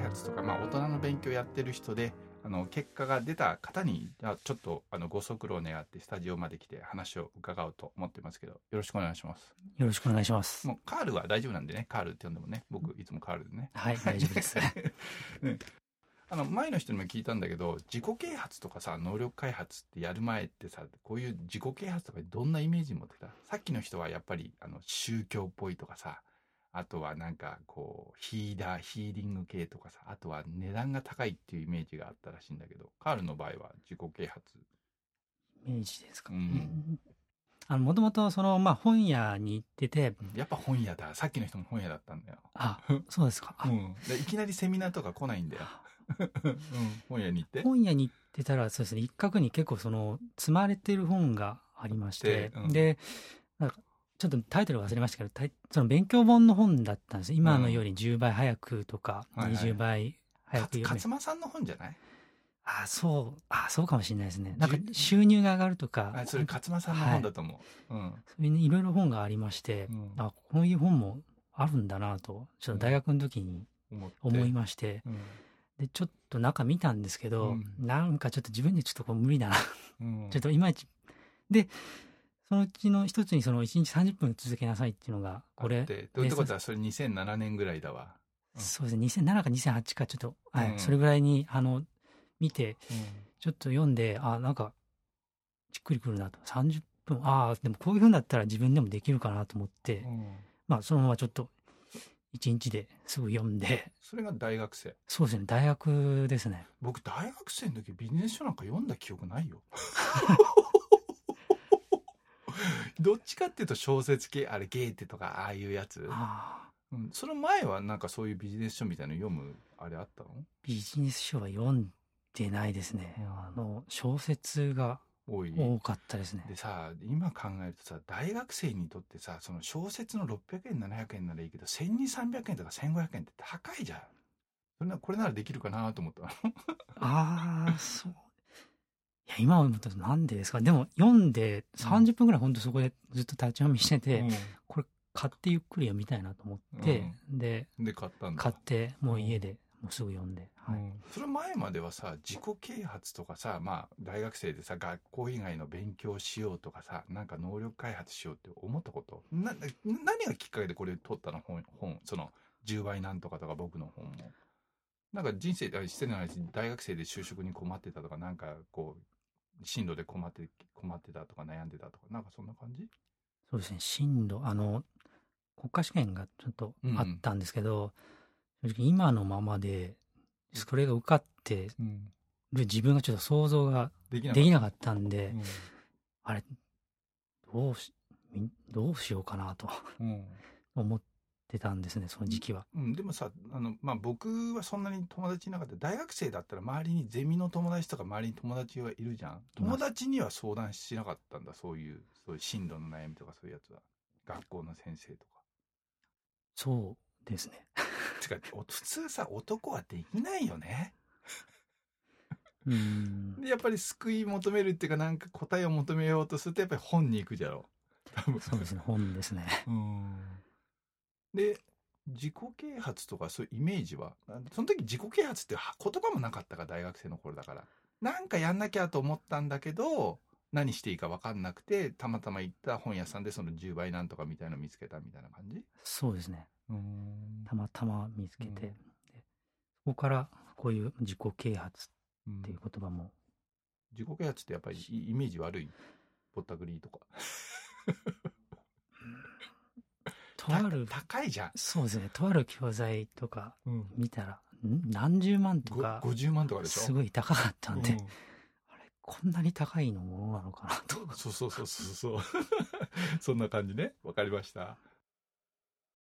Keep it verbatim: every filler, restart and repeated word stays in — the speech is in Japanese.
発とか、まあ、大人の勉強やってる人であの結果が出た方にちょっとあのご足労願ってスタジオまで来て話を伺おうと思ってますけど、よろしくお願いします。 よろしくお願いします。 もうカールは大丈夫なんでね、カールって呼んでもね、僕いつもカールでね。 はい、大丈夫です。 ね、あの前の人にも聞いたんだけど、自己啓発とかさ、能力開発ってやる前ってさ、こういう自己啓発とかどんなイメージ持ってた？さっきの人はやっぱりあの宗教っぽいとかさ、あとはなんかこうヒーラーヒーリング系とかさ、あとは値段が高いっていうイメージがあったらしいんだけど、カールの場合は自己啓発イメージですか。 うん、 あのもともとそのまあ本屋に行ってて、 やっぱ本屋だ。さっきの人も本屋だったんだよ。 あ、そうですか。 うん、でいきなりセミナーとか来ないんだよ。うん、本屋に行って本屋に行ってたらそうですね、一角に結構その積まれてる本がありまして、 うん、 でなんかちょっとタイトル忘れましたけど、その勉強本の本だったんです。今のよりじゅうばい早くとか、うん、にじゅうばい早く読め、 勝間さんの本じゃない？ あ、そう、あ、そうかもしれないですね。なんか収入が上がるとか、 あ、それ勝間さんの本だと思う。はい、うん、 そういうね、いろいろ本がありまして、うん、あ、こういう本もあるんだなと、ちょっと大学の時に思いまして、うん、でちょっと中見たんですけど、うん、なんかちょっと自分でちょっとこう無理だな、うん、ちょっといまいちで。そのうちの一つにそのいちにちさんじゅっぷん続けなさいっていうのがこれで、ということはそれにせんななねんぐらいだわ。 うん、そうですね、にせんななかにせんはちかちょっと、はい、うん、それぐらいにあの見て、うん、ちょっと読んで、あ、なんかしっくりくるなと、さんじゅっぷん、ああでもこういうふうだったら自分でもできるかなと思って、うん、まあそのままちょっといちにちですぐ読んで。 それが大学生？ そうですね、大学ですね。 僕大学生の時ビジネス書なんか読んだ記憶ないよ。どっちかっていうと小説系、あれゲーテとかああいうやつ。あ、うん、その前はなんかそういうビジネス書みたいなの読むあれあったの？ ビジネス書は読んでないですね。うん、あの小説が多い多かったですね。 でさ、今考えるとさ、大学生にとってさ、その小説のろっぴゃくえんななひゃくえんならいいけど、せんにひゃくさんびゃくえんとかせんごひゃくえんって高いじゃん。それなこれならできるかなと思ったの。 ああ、そう。いや今思ったらなんでですか。でも読んでさんじゅっぷんぐらい本当そこでずっと立ち読みしてて、うん、これ買ってゆっくり読みたいなと思って、うん、でで買ったんだ。 買ってもう家でもうすぐ読んで、 うん、はい、それ前まではさ、自己啓発とかさ、まあ大学生でさ学校以外の勉強しようとかさ、なんか能力開発しようって思ったこと？な何がきっかけでこれ取ったの？本本そのじゅうばいなんとかとか僕の本も。なんか人生で失礼な話、大学生で就職に困ってたとか、なんかこう進路で困って困ってたとか悩んでたとか、なんかそんな感じ？ そうですね、進路、あの国家試験がちょっとあったんですけど、うん、正直今のままでそれが受かってる自分がちょっと想像ができなかったんで、うん、あれどうしどうしようかなと、うん、思ってたんですね、その時期は。 うん、でもさ、あの、まあ、僕はそんなに友達いなかった。大学生だったら周りにゼミの友達とか周りに友達はいるじゃん。友達には相談しなかったんだ、そういう、そういう進路の悩みとかそういうやつは。学校の先生とか。 そうですね。 てか、普通さ、男はできないよね。 うん。 で、やっぱり救い求めるっていうか、なんか答えを求めようとすると、やっぱり本に行くじゃろ。 多分。そうですね、本ですね。 うん。で、自己啓発とかそういうイメージは、その時自己啓発って言葉もなかったか、大学生の頃だから。なんかやんなきゃと思ったんだけど、何していいか分かんなくて、たまたま行った本屋さんでそのじゅうばいなんとかみたいなの見つけたみたいな感じ？ そうですね。うん、たまたま見つけて、うん、でそこからこういう自己啓発っていう言葉も。 うん、自己啓発ってやっぱりイメージ悪い？ぼったくりとか。とある高いじゃん。 そうですね、とある教材とか見たら、うん、何十万とかごじゅうまんとかでしょ。 すごい高かったんで、うん、あれこんなに高いのものなのかなと。 そうそうそうそうそうそんな感じね。わかりました。